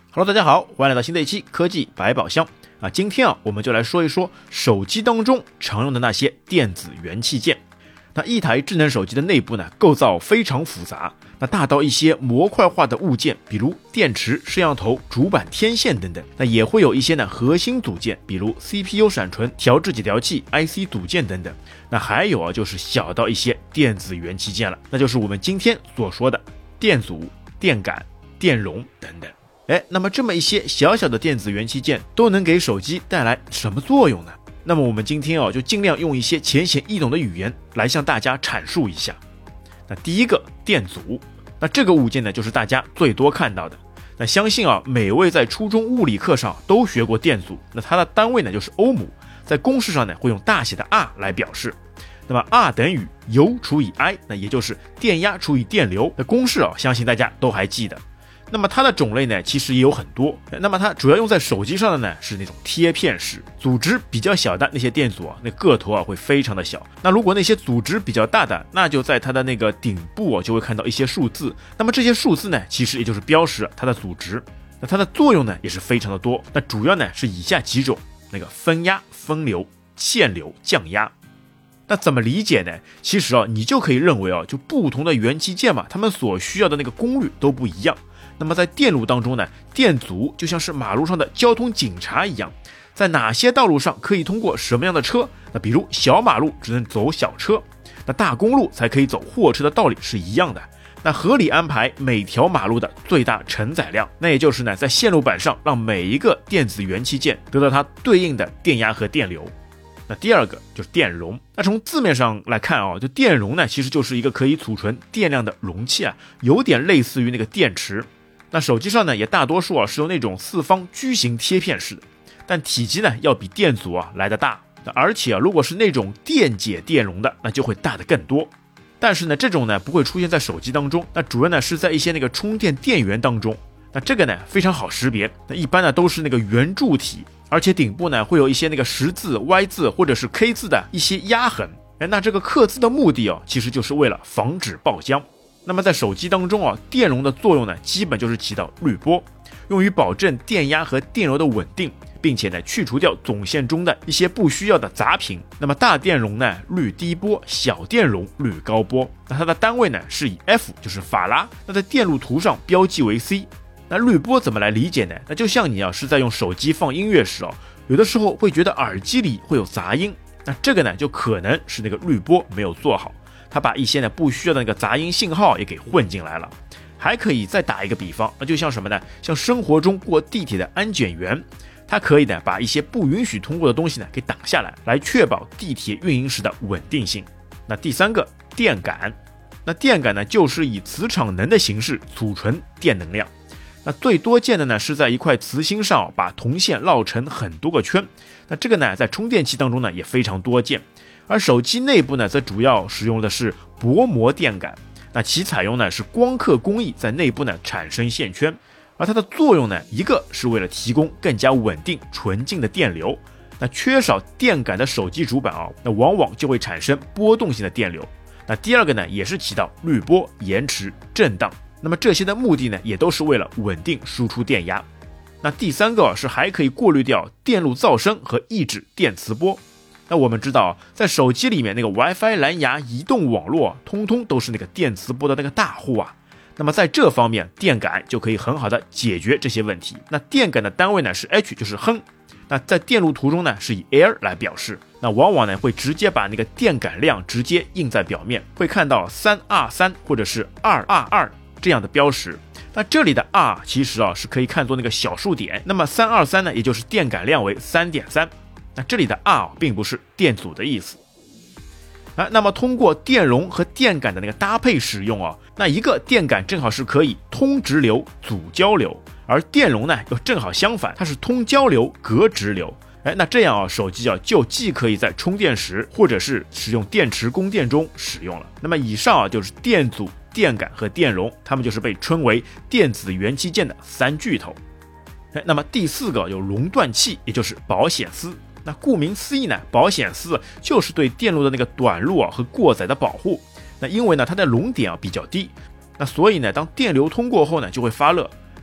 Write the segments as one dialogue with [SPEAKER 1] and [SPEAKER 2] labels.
[SPEAKER 1] Hello， 大家好，欢迎来到新的一期科技百宝箱啊！今天我们就来说一说手机当中常用的那些电子元器件。那一台智能手机的内部呢，构造非常复杂，那大到一些模块化的物件，比如电池、摄像头、主板、天线等等。那也会有一些呢核心组件，比如 CPU 闪存、调制解调器、IC 组件等等。那还有就是小到一些电子元器件了，那就是我们今天所说的电阻、电感、电容等等。那么这么一些小小的电子元器件都能给手机带来什么作用呢？那么我们今天就尽量用一些浅显易懂的语言来向大家阐述一下。那第一个，电阻。那这个物件呢，就是大家最多看到的。那相信每位在初中物理课上都学过电阻。那它的单位呢就是欧姆，在公式上呢会用大写的 R 来表示。那么 R 等于 U 除以 I， 那也就是电压除以电流。那公式相信大家都还记得。那么它的种类呢，其实也有很多。那么它主要用在手机上的呢，是那种贴片式，组织比较小的那些电阻那个头会非常的小。那如果那些组织比较大的，那就在它的那个顶部就会看到一些数字。那么这些数字呢，其实也就是标识它的组织。那它的作用呢，也是非常的多。那主要呢是以下几种：那个分压、分流、限流、降压。那怎么理解呢？其实你就可以认为就不同的元器件嘛，它们所需要的那个功率都不一样。那么在电路当中呢，电阻就像是马路上的交通警察一样，在哪些道路上可以通过什么样的车，那比如小马路只能走小车，那大公路才可以走货车的道理是一样的。那合理安排每条马路的最大承载量，那也就是呢在线路板上让每一个电子元器件得到它对应的电压和电流。那第二个就是电容。那从字面上来看就电容呢其实就是一个可以储存电量的容器有点类似于那个电池。那手机上呢也大多数是用那种四方矩形贴片式的，但体积呢要比电阻来得大。而且如果是那种电解电容的，那就会大得更多。但是呢这种呢不会出现在手机当中，那主要呢是在一些那个充电电源当中。那这个呢非常好识别，那一般呢都是那个圆柱体，而且顶部呢会有一些那个十字、Y 字或者是 K 字的一些压痕。那这个刻字的目的其实就是为了防止爆浆。那么在手机当中电容的作用呢基本就是起到滤波，用于保证电压和电流的稳定，并且呢去除掉总线中的一些不需要的杂频。那么大电容呢滤低波，小电容滤高波。那它的单位呢是以 F， 就是法拉，那在电路图上标记为 C。 那滤波怎么来理解呢？那就像你是在用手机放音乐时有的时候会觉得耳机里会有杂音，那这个呢就可能是那个滤波没有做好，它把一些呢不需要的那个杂音信号也给混进来了。还可以再打一个比方，那就像什么呢？像生活中过地铁的安检员，它可以呢把一些不允许通过的东西呢给挡下来，来确保地铁运营时的稳定性。那第三个，电感。那电感呢就是以磁场能的形式储存电能量。那最多见的呢是在一块磁芯上把铜线绕成很多个圈。那这个呢在充电器当中呢也非常多见。而手机内部呢则主要使用的是薄膜电感，那其采用呢是光刻工艺，在内部呢产生线圈。而它的作用呢，一个是为了提供更加稳定纯净的电流，那缺少电感的手机主板那往往就会产生波动性的电流。那第二个呢也是起到滤波、延迟、震荡，那么这些的目的呢也都是为了稳定输出电压。那第三个是还可以过滤掉电路噪声和抑制电磁波。那我们知道在手机里面那个 WiFi 蓝牙移动网络通通都是那个电磁波的那个大户那么在这方面电感就可以很好的解决这些问题。那电感的单位呢是 H， 就是亨。那在电路图中呢是以 Air 来表示，那往往呢会直接把那个电感量直接印在表面，会看到 3R3 或者是 2R2 这样的标识。那这里的 R 其实是可以看作那个小数点，那么323呢也就是电感量为 3.3。那这里的 R 并不是电阻的意思。那么通过电容和电感的那个搭配使用那一个电感正好是可以通直流阻交流，而电容呢又正好相反，它是通交流隔直流。那这样手机就既可以在充电时或者是使用电池供电中使用了。那么以上就是电阻、电感和电容，它们就是被称为电子元器件的三巨头。那么第四个有熔断器，也就是保险丝。那顾名思义呢，保险丝就是对电路的那个短路和过载的保护。那因为呢它的熔点比较低，那所以呢当电流通过后呢就会发热。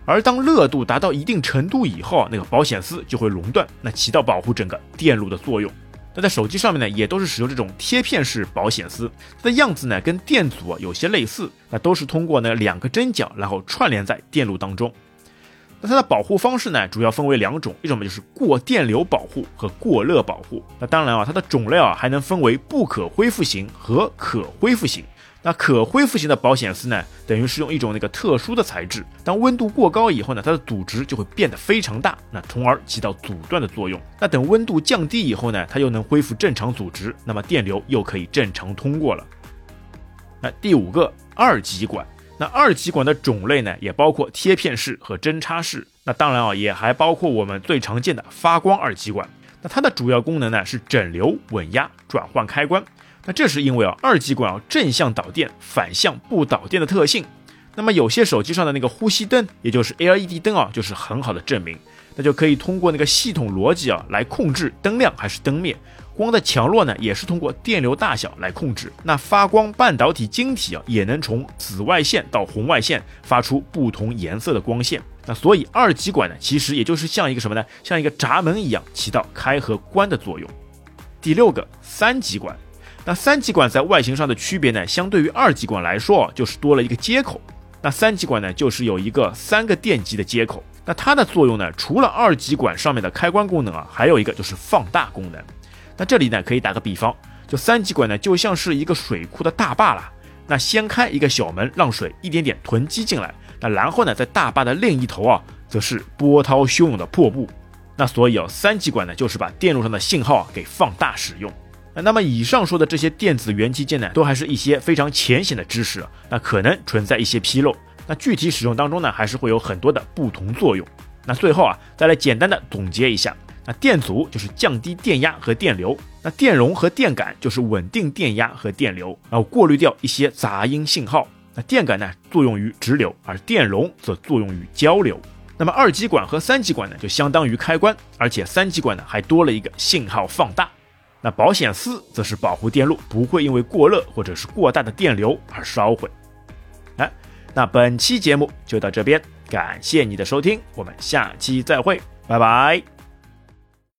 [SPEAKER 1] 而当热度达到一定程度以后，那个保险丝就会熔断，那起到保护整个电路的作用。那在手机上面呢，也都是使用这种贴片式保险丝，它的样子呢跟电阻有些类似，那都是通过呢2个针脚，然后串联在电路当中。那它的保护方式呢，主要分为2种，一种就是过电流保护和过热保护。那当然它的种类还能分为不可恢复型和可恢复型。那可恢复型的保险丝呢，等于是用一种特殊的材质，当温度过高以后呢，它的阻值就会变得非常大，那从而起到阻断的作用。那等温度降低以后呢，它又能恢复正常阻值，那么电流又可以正常通过了。那第5个二极管。那二极管的种类呢，也包括贴片式和针插式。那当然也还包括我们最常见的发光二极管。那它的主要功能呢是整流、稳压、转换开关。那这是因为二极管正向导电、反向不导电的特性。那么有些手机上的那个呼吸灯，也就是 LED 灯就是很好的证明。那就可以通过那个系统逻辑来控制灯亮还是灯灭。光的强弱呢，也是通过电流大小来控制。那发光半导体晶体也能从紫外线到红外线发出不同颜色的光线。那所以二极管呢，其实也就是像一个什么呢？像一个闸门一样，起到开和关的作用。第6个三极管。那三极管在外形上的区别呢，相对于二极管来说，就是多了一个接口。那三极管呢，就是有一个3个电极的接口。那它的作用呢，除了二极管上面的开关功能还有一个就是放大功能。那这里呢，可以打个比方，就三极管呢，就像是一个水库的大坝啦。那先开一个小门，让水一点点囤积进来。那然后呢，在大坝的另一头则是波涛汹涌的瀑布。那所以三极管呢，就是把电路上的信号给放大使用。那么以上说的这些电子元器件呢，都还是一些非常浅显的知识，那可能存在一些纰漏。那具体使用当中呢，还是会有很多的不同作用。那最后再来简单的总结一下。那电阻就是降低电压和电流，那电容和电感就是稳定电压和电流，然后过滤掉一些杂音信号。那电感呢，作用于直流，而电容则作用于交流。那么二极管和三极管呢，就相当于开关，而且三极管呢还多了一个信号放大。那保险丝则是保护电路不会因为过热或者是过大的电流而烧毁。那本期节目就到这边，感谢你的收听，我们下期再会，拜拜。